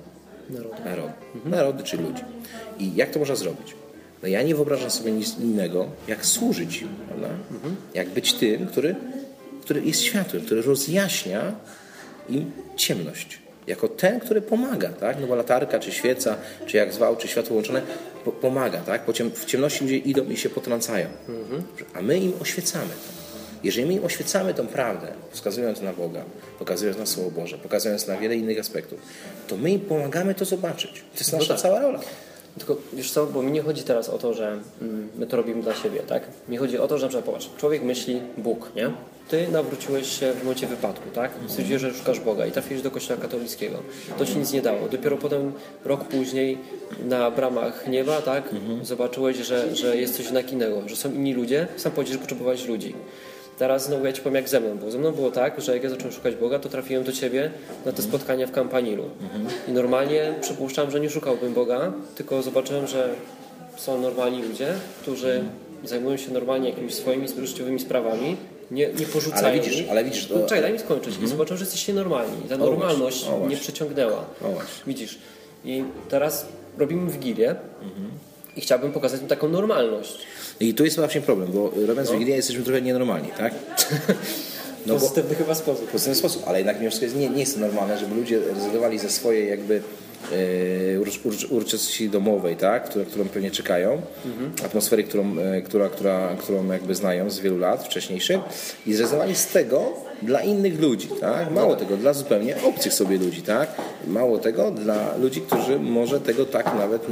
narody czy ludzi. I jak to można zrobić? No ja nie wyobrażam sobie nic innego, jak służyć im, prawda? Jak być tym, który jest światłem, który rozjaśnia im ciemność. jako ten, który pomaga, tak? No bo latarka, czy świeca, czy jak zwał, czy światło włączone, pomaga, tak? W ciemności ludzie idą i się potrącają, a my im oświecamy to. Jeżeli my im oświecamy tą prawdę, wskazując na Boga, pokazując na Słowo Boże, pokazując na wiele innych aspektów, to my im pomagamy to zobaczyć. To jest nasza cała rola. Tylko wiesz co, bo mi nie chodzi teraz o to, że my to robimy dla siebie, tak? Mi chodzi o to, że na przykład popatrz, człowiek myśli Bóg, nie? Ty nawróciłeś się w momencie wypadku, tak? Stwierdziłeś, że szukasz Boga i trafiłeś do kościoła katolickiego. To ci nic nie dało. Dopiero potem, rok później, na bramach nieba, tak? Zobaczyłeś, że jest coś jednak innego, że są inni ludzie. Sam powiedziałeś, że potrzebowałeś ludzi. Teraz znowu ja ci powiem, jak ze mną było. Ze mną było tak, że jak ja zacząłem szukać Boga, to trafiłem do ciebie na te spotkania w Kampanilu. I normalnie przypuszczam, że nie szukałbym Boga, tylko zobaczyłem, że są normalni ludzie, którzy zajmują się normalnie jakimiś swoimi życiowymi sprawami, nie porzucają. Ale widzisz to... Czekaj, daj mi skończyć. I zobaczyłem, że jesteście normalni. I ta normalność mnie przyciągnęła. Widzisz. I teraz robimy Wigilię i chciałbym pokazać im taką normalność. I tu jest właśnie problem, bo robiąc Wigilię jesteśmy trochę nienormalni, tak? No pozytywny chyba sposób. Pozytywny sposób, ale jednak mimo wszystko nie jest to normalne, żeby ludzie rezygnowali ze swojej jakby uroczystości domowej, tak? Którą pewnie czekają, atmosfery, którą jakby znają z wielu lat wcześniejszych i zrezygnowali z tego dla innych ludzi, tak? Mało tego, dla zupełnie obcych sobie ludzi, tak? Mało tego, dla ludzi, którzy może tego tak nawet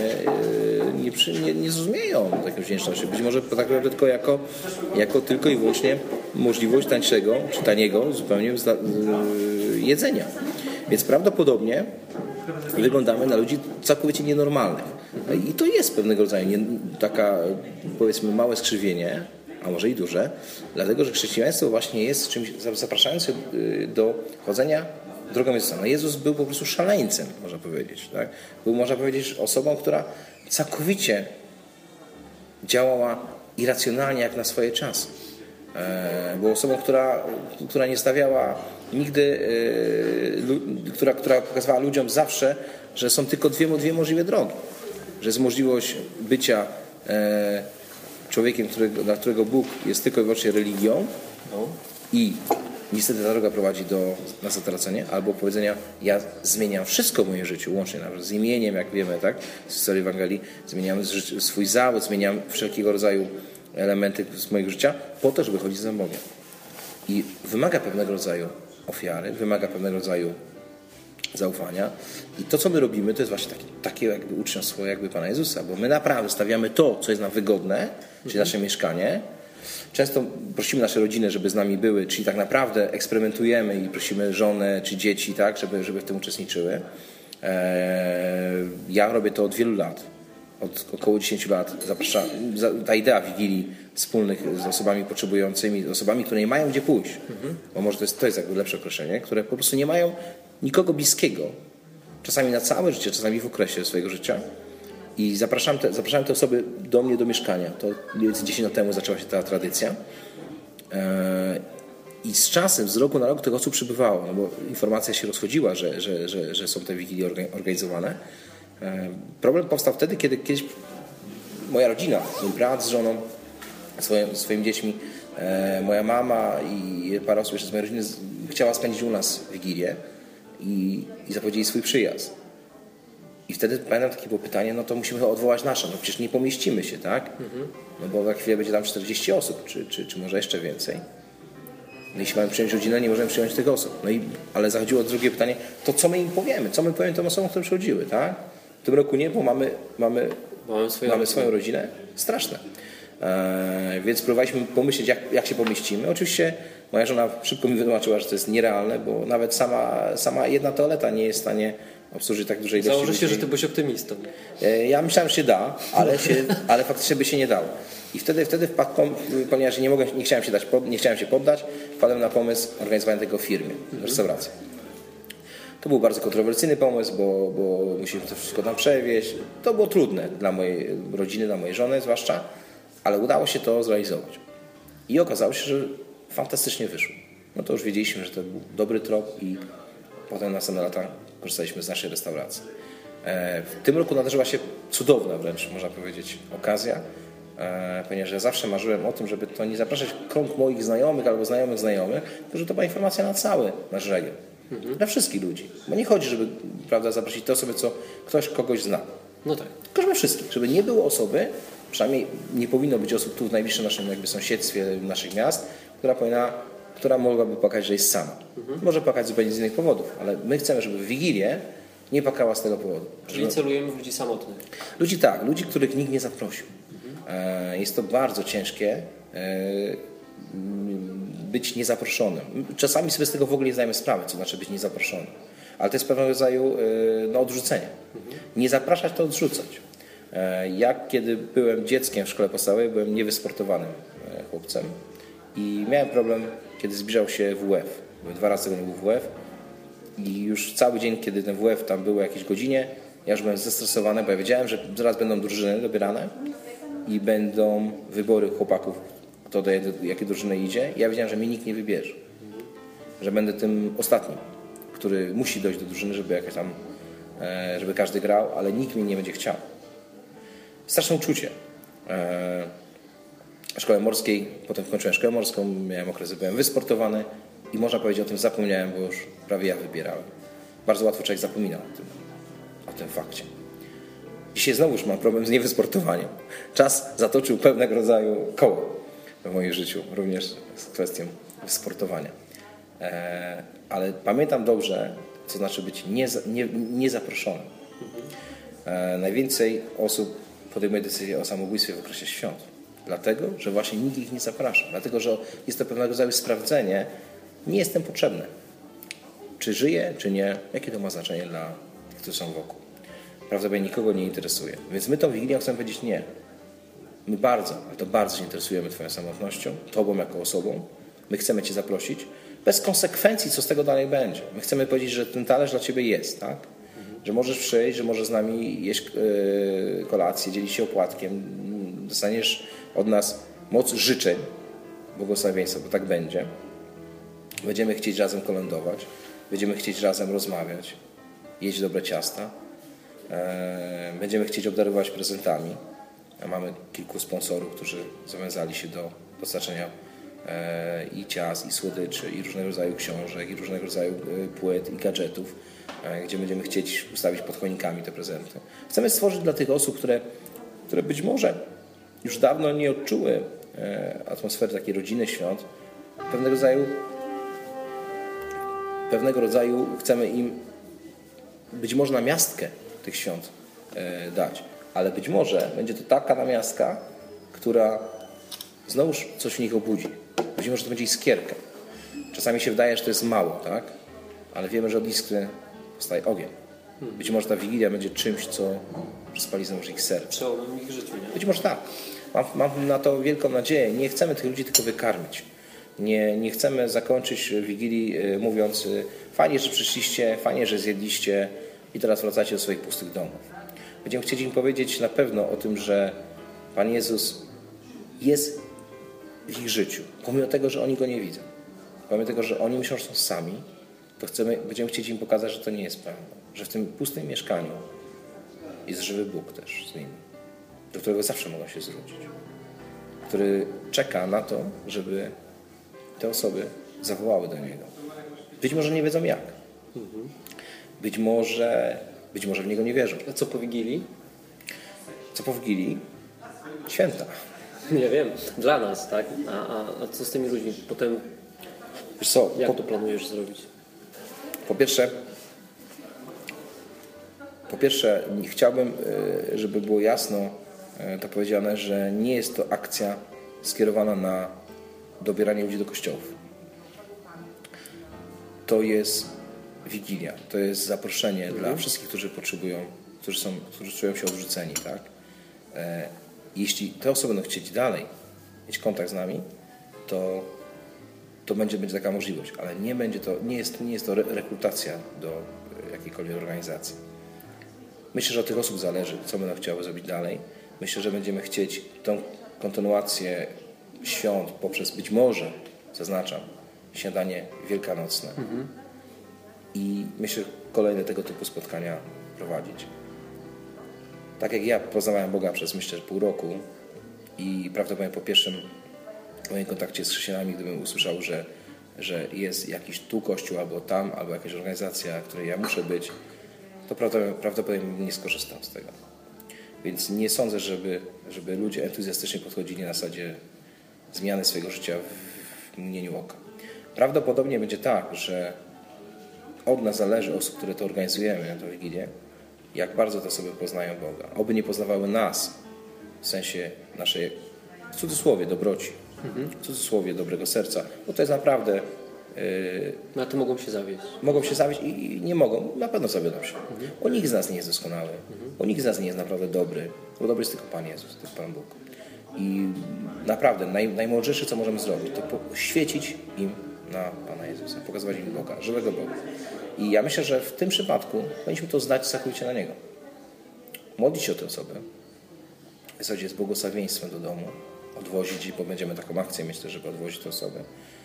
nie zrozumieją takiej wdzięczności. Być może potraktują tylko jako tylko i wyłącznie możliwość tańszego, czy taniego zupełnie jedzenia. Więc prawdopodobnie wyglądamy na ludzi całkowicie nienormalnych. I to jest pewnego rodzaju taka, powiedzmy, małe skrzywienie, a może i duże, dlatego, że chrześcijaństwo właśnie jest czymś zapraszającym do chodzenia drogą Jezusa. No Jezus był po prostu szaleńcem, można powiedzieć. Tak? Był, można powiedzieć, osobą, która całkowicie działała irracjonalnie jak na swoje czasy. Był osobą, która nie stawiała nigdy, która pokazywała ludziom zawsze, że są tylko dwie możliwe drogi. Że jest możliwość bycia człowiekiem, dla którego Bóg jest tylko i wyłącznie religią i niestety ta droga prowadzi na zatracenie, albo powiedzenia, ja zmieniam wszystko w moim życiu, łącznie nawet z imieniem, jak wiemy, tak, z historii Ewangelii, zmieniam swój zawód, zmieniam wszelkiego rodzaju elementy z mojego życia po to, żeby chodzić za Bogiem. I wymaga pewnego rodzaju ofiary, wymaga pewnego rodzaju zaufania. I to, co my robimy, to jest właśnie takie jakby uczniostwo jakby Pana Jezusa, bo my naprawdę stawiamy to, co jest nam wygodne, czyli nasze mieszkanie. Często prosimy nasze rodziny, żeby z nami były, czyli tak naprawdę eksperymentujemy i prosimy żonę czy dzieci, tak, żeby w tym uczestniczyły. Ja robię to od wielu lat. Od około 10 lat ta idea Wigilii wspólnych z osobami potrzebującymi, z osobami, które nie mają gdzie pójść, bo może to jest jakby lepsze określenie, które po prostu nie mają nikogo bliskiego, czasami na całe życie, czasami w okresie swojego życia. I zapraszałem te osoby do mnie do mieszkania. To mniej więcej 10 lat temu zaczęła się ta tradycja. I z czasem, z roku na rok tych osób przybywało, no bo informacja się rozchodziła, że są te wigilie organizowane. Problem powstał wtedy, kiedy kiedyś moja rodzina, mój brat z żoną, swoimi dziećmi, moja mama i parę osób jeszcze z mojej rodziny chciała spędzić u nas Wigilię i zapowiedzieli swój przyjazd. I wtedy pamiętam takie było pytanie, no to musimy odwołać nasze, no przecież nie pomieścimy się, tak? No bo za chwilę będzie tam 40 osób, czy może jeszcze więcej. No jeśli mamy przyjąć rodzinę, nie możemy przyjąć tych osób. Ale zachodziło drugie pytanie, to co my im powiemy? Co my powiemy tym osobom, które przychodziły, tak? W tym roku nie, bo mamy swoją rodzinę. Straszne. Więc próbowaliśmy pomyśleć, jak się pomieścimy. Oczywiście moja żona szybko mi wytłumaczyła, że to jest nierealne, bo nawet sama jedna toaleta nie jest w stanie obsłużyć tak dużej ilości. Założę się, że ty byłeś optymistą. Ja myślałem, że się da, ale faktycznie by się nie dało. I wtedy wpadł, ponieważ nie chciałem się poddać, wpadłem na pomysł organizowania tego w firmie, w restauracji. To był bardzo kontrowersyjny pomysł, bo musieliśmy to wszystko tam przewieźć. To było trudne dla mojej rodziny, dla mojej żony zwłaszcza, ale udało się to zrealizować. I okazało się, że fantastycznie wyszło. No to już wiedzieliśmy, że to był dobry trop i potem następne lata korzystaliśmy z naszej restauracji. W tym roku nadarzyła się cudowna wręcz, można powiedzieć, okazja, ponieważ ja zawsze marzyłem o tym, żeby to nie zapraszać krąg moich znajomych albo znajomych, tylko że to była informacja na cały nasz region. Dla wszystkich ludzi. Bo nie chodzi, żeby, prawda, zaprosić te osoby, co ktoś kogoś zna. No tak. Tylko żeby wszystkich. Żeby nie było osoby, przynajmniej nie powinno być osób tu w najbliższym naszym jakby sąsiedztwie naszych miast, która mogłaby płakać, że jest sama. Może płakać zupełnie z innych powodów, ale my chcemy, żeby w Wigilię nie płakała z tego powodu. Czyli celujemy w ludzi samotnych. Ludzi, których nikt nie zaprosił. Jest to bardzo ciężkie być niezaproszonym. Czasami sobie z tego w ogóle nie zdajemy sprawy, co znaczy być niezaproszonym. Ale to jest pewnego rodzaju odrzucenie. Nie zapraszać, to odrzucać. Jak kiedy byłem dzieckiem w szkole podstawowej, byłem niewysportowanym chłopcem i miałem problem, kiedy zbliżał się WF. Byłem 2 razy tygodniu był WF i już cały dzień, kiedy ten WF tam był o jakiejś godzinie, ja już byłem zestresowany, bo ja wiedziałem, że zaraz będą drużyny dobierane i będą wybory chłopaków, kto do jakiej drużyny idzie. I ja wiedziałem, że mnie nikt nie wybierze. Że będę tym ostatnim, który musi dojść do drużyny, żeby każdy grał, ale nikt mnie nie będzie chciał. Straszne uczucie. W szkole morskiej, potem kończyłem szkołę morską, miałem okres, byłem wysportowany i można powiedzieć, o tym zapomniałem, bo już prawie ja wybierałem. Bardzo łatwo człowiek zapomina o tym fakcie. Dzisiaj znowu już mam problem z niewysportowaniem. Czas zatoczył pewnego rodzaju koło w moim życiu, również z kwestią wysportowania. Ale pamiętam dobrze, co znaczy być niezaproszonym. Najwięcej osób podejmuje decyzję o samobójstwie w okresie świąt. Dlatego, że właśnie nikt ich nie zaprasza. Dlatego, że jest to pewnego rodzaju sprawdzenie. Nie jestem potrzebny. Czy żyję, czy nie. Jakie to ma znaczenie dla tych, którzy są wokół. Prawdopodobnie nikogo nie interesuje. Więc my tą Wigilią chcemy powiedzieć nie. My bardzo, ale to bardzo się interesujemy Twoją samotnością, Tobą jako osobą. My chcemy Cię zaprosić. Bez konsekwencji, co z tego dalej będzie. My chcemy powiedzieć, że ten talerz dla Ciebie jest, tak? Że możesz przyjść, że możesz z nami jeść kolację, dzielić się opłatkiem. Dostaniesz od nas moc życzeń, błogosławieństwa, bo tak będzie. Będziemy chcieć razem kolędować, będziemy chcieć razem rozmawiać, jeść dobre ciasta, będziemy chcieć obdarować prezentami. Mamy kilku sponsorów, którzy zawiązali się do dostarczenia i ciast, i słodyczy, i różnego rodzaju książek, i różnego rodzaju płyt, i gadżetów, gdzie będziemy chcieć ustawić pod choinkami te prezenty. Chcemy stworzyć dla tych osób, które być może już dawno nie odczuły atmosfery takiej rodziny świąt, pewnego rodzaju chcemy im być może namiastkę tych świąt dać, ale być może będzie to taka namiastka, która znowuż coś w nich obudzi. Być może to będzie iskierka. Czasami się wydaje, że to jest mało, tak? Ale wiemy, że od iskry powstaje ogień. Być może ta Wigilia będzie czymś, co rozpali znowuż ich serce. Przełomem ich życiu, nie? Być może tak. Mam na to wielką nadzieję. Nie chcemy tych ludzi tylko wykarmić. Nie chcemy zakończyć Wigilii mówiąc fajnie, że przyszliście, fajnie, że zjedliście i teraz wracacie do swoich pustych domów. Będziemy chcieli im powiedzieć na pewno o tym, że Pan Jezus jest w ich życiu. Pomimo tego, że oni Go nie widzą. Pomimo tego, że oni myślą, że są sami, to będziemy chcieć im pokazać, że to nie jest prawda. Że w tym pustym mieszkaniu jest żywy Bóg też z nimi, do którego zawsze mogą się zwrócić. Który czeka na to, żeby te osoby zawołały do Niego. Być może nie wiedzą jak. Być może w Niego nie wierzą. A co po Wigilii? Co po Wigilii? Święta. Nie wiem, dla nas, tak? A co z tymi ludźmi? Potem Wiesz co, jak to planujesz zrobić? Po pierwsze chciałbym, żeby było jasno to powiedziane, że nie jest to akcja skierowana na dobieranie ludzi do kościołów. To jest Wigilia, to jest zaproszenie dla wszystkich, którzy potrzebują, którzy czują się odrzuceni, tak? Jeśli te osoby będą chcieć dalej mieć kontakt z nami, to będzie taka możliwość, ale nie jest to rekrutacja do jakiejkolwiek organizacji. Myślę, że od tych osób zależy, co będą chciały zrobić dalej. Myślę, że będziemy chcieć tą kontynuację świąt poprzez być może, zaznaczam, śniadanie wielkanocne. I myślę, że kolejne tego typu spotkania prowadzić. Tak jak ja poznawałem Boga przez, myślę, pół roku i prawdopodobnie po pierwszym moim kontakcie z chrześcijanami, gdybym usłyszał, że że jest jakiś tu kościół albo tam, albo jakaś organizacja, której ja muszę być, to prawdopodobnie nie skorzystam z tego. Więc nie sądzę, żeby ludzie entuzjastycznie podchodzili na zasadzie zmiany swojego życia w mgnieniu oka. Prawdopodobnie będzie tak, że od nas zależy, osób, które to organizujemy, tę Wigilię, jak bardzo te osoby poznają Boga. Oby nie poznawały nas, w sensie naszej, w cudzysłowie, dobroci, w cudzysłowie, dobrego serca, bo to jest naprawdę... Na to mogą się zawieść. Mogą się zawieść i nie mogą, na pewno zawiodą się. Bo nikt z nas nie jest doskonały, bo nikt z nas nie jest naprawdę dobry, bo dobry jest tylko Pan Jezus, to jest Pan Bóg. I naprawdę najmądrzejsze, co możemy zrobić, to świecić im na Pana Jezusa, pokazywać im Boga, żywego Boga. I ja myślę, że w tym przypadku powinniśmy to zdać całkowicie na Niego. Modlić się o tę osobę, wysłać z błogosławieństwem do domu, odwozić, bo będziemy taką akcję, myślę, żeby odwozić tę osobę.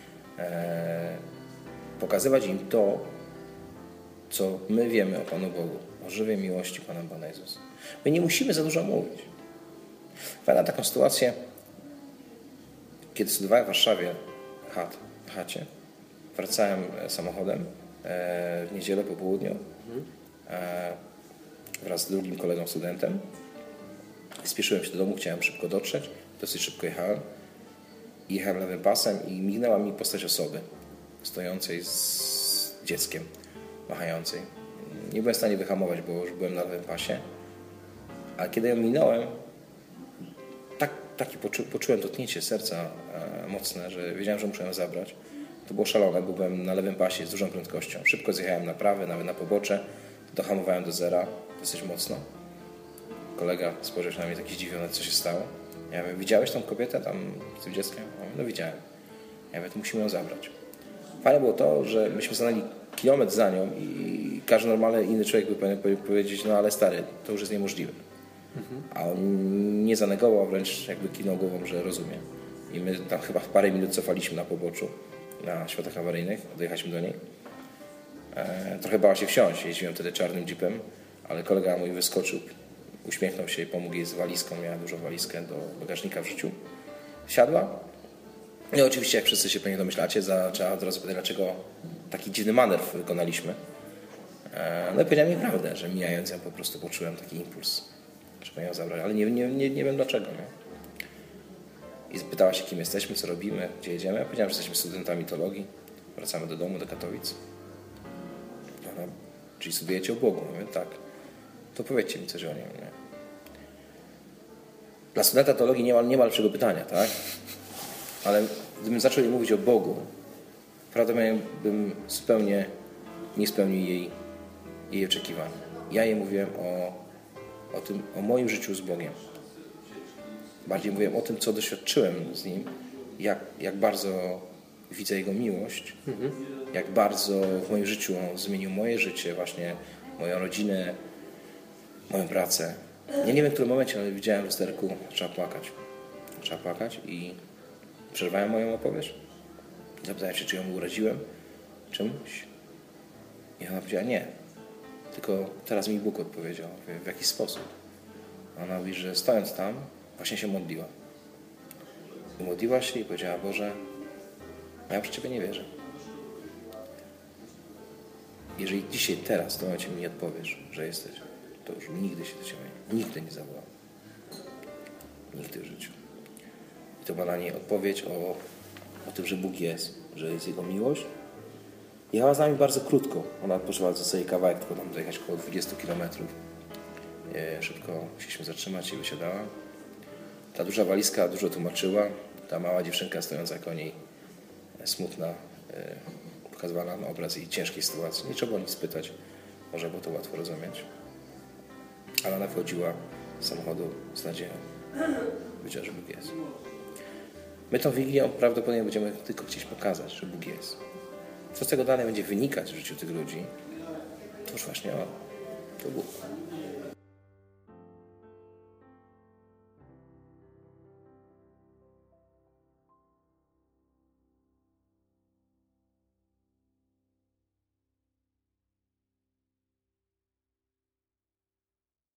Pokazywać im to, co my wiemy o Panu Bogu, o żywej miłości Pana Jezusa. My nie musimy za dużo mówić. Pamiętam taką sytuację, kiedy studiowałem w Warszawie w chacie, wracałem samochodem w niedzielę po południu wraz z drugim kolegą studentem. Spieszyłem się do domu, chciałem szybko dotrzeć, dosyć szybko jechałem. Jechałem lewym pasem i mignęła mi postać osoby stojącej z dzieckiem, machającej. Nie byłem w stanie wyhamować, bo już byłem na lewym pasie. Ale kiedy ją minąłem, poczułem dotknięcie serca mocne, że wiedziałem, że muszę ją zabrać. To było szalone, bo byłem na lewym pasie z dużą prędkością. Szybko zjechałem na prawe, nawet na pobocze. Dohamowałem do zera dosyć mocno. Kolega spojrzał na mnie taki zdziwiony, co się stało. Ja mówię, widziałeś tą kobietę tam z tym dzieckiem? No widziałem. Ja mówię, to musimy ją zabrać. Fajne było to, że myśmy stanęli kilometr za nią i każdy normalny inny człowiek by powinien powiedzieć, no ale stary, to już jest niemożliwe. A on nie zanegował, wręcz jakby kiwnął głową, że rozumie. I my tam chyba parę minut cofaliśmy na poboczu, na światłach awaryjnych, dojechaliśmy do niej. Trochę bała się wsiąść, jeździłem wtedy czarnym jeepem, ale kolega mój wyskoczył, uśmiechnął się i pomógł jej z walizką, miała dużą walizkę do bagażnika wrzucił. Wsiadła. I oczywiście, jak wszyscy się pewnie domyślacie, trzeba od razu pytać, dlaczego taki dziwny manewr wykonaliśmy. No i powiedziałem jej prawdę, że mijając ją po prostu poczułem taki impuls, żeby ją zabrać, ale nie wiem dlaczego. Nie? I zapytała się, kim jesteśmy, co robimy, gdzie jedziemy. Ja powiedziałem, że jesteśmy studentami teologii, wracamy do domu, do Katowic. No, czyli studujecie o Bogu? Mówię, tak. To powiedzcie mi coś o nim. Nie? Dla studenta teologii nie ma lepszego pytania, tak? Ale gdybym zaczął jej mówić o Bogu, prawdopodobnie bym zupełnie nie spełnił jej oczekiwań. Ja jej mówiłem o moim życiu z Bogiem. Bardziej mówiłem o tym, co doświadczyłem z Nim, jak bardzo widzę Jego miłość, jak bardzo w moim życiu On zmienił moje życie, właśnie moją rodzinę, moją pracę. Ja nie wiem, w którym momencie, ale widziałem w lusterku, trzeba płakać i przerwałem moją opowieść. Zapytałem się, czy ją uraziłem czymś. I ona powiedziała, nie. Tylko teraz mi Bóg odpowiedział. W jaki sposób? Ona mówi, że stojąc tam, właśnie się modliła. I modliła się i powiedziała, Boże, ja już Ciebie nie wierzę. Jeżeli dzisiaj, teraz, w tym momencie mi nie odpowiesz, że jesteś, to już nigdy się do Ciebie nigdy nie zawołam. Nigdy w życiu. I to była dla niej odpowiedź o tym, że Bóg jest, że jest Jego miłość. Jechała z nami bardzo krótko. Ona odpoczywała za sobie kawałek, tylko tam dojechać około 20 km. Szybko musieliśmy zatrzymać i wysiadała. Ta duża walizka dużo tłumaczyła. Ta mała dziewczynka stojąca koło niej, smutna, pokazywała nam obraz jej ciężkiej sytuacji. Nie trzeba było nic pytać. Może było to łatwo rozumieć. Ale ona wchodziła z samochodu z nadzieją. Wiedziała, że Bóg jest. My tą Wigilią prawdopodobnie będziemy tylko chcieć pokazać, że Bóg jest. Co z tego dalej będzie wynikać w życiu tych ludzi, to już właśnie to Bóg.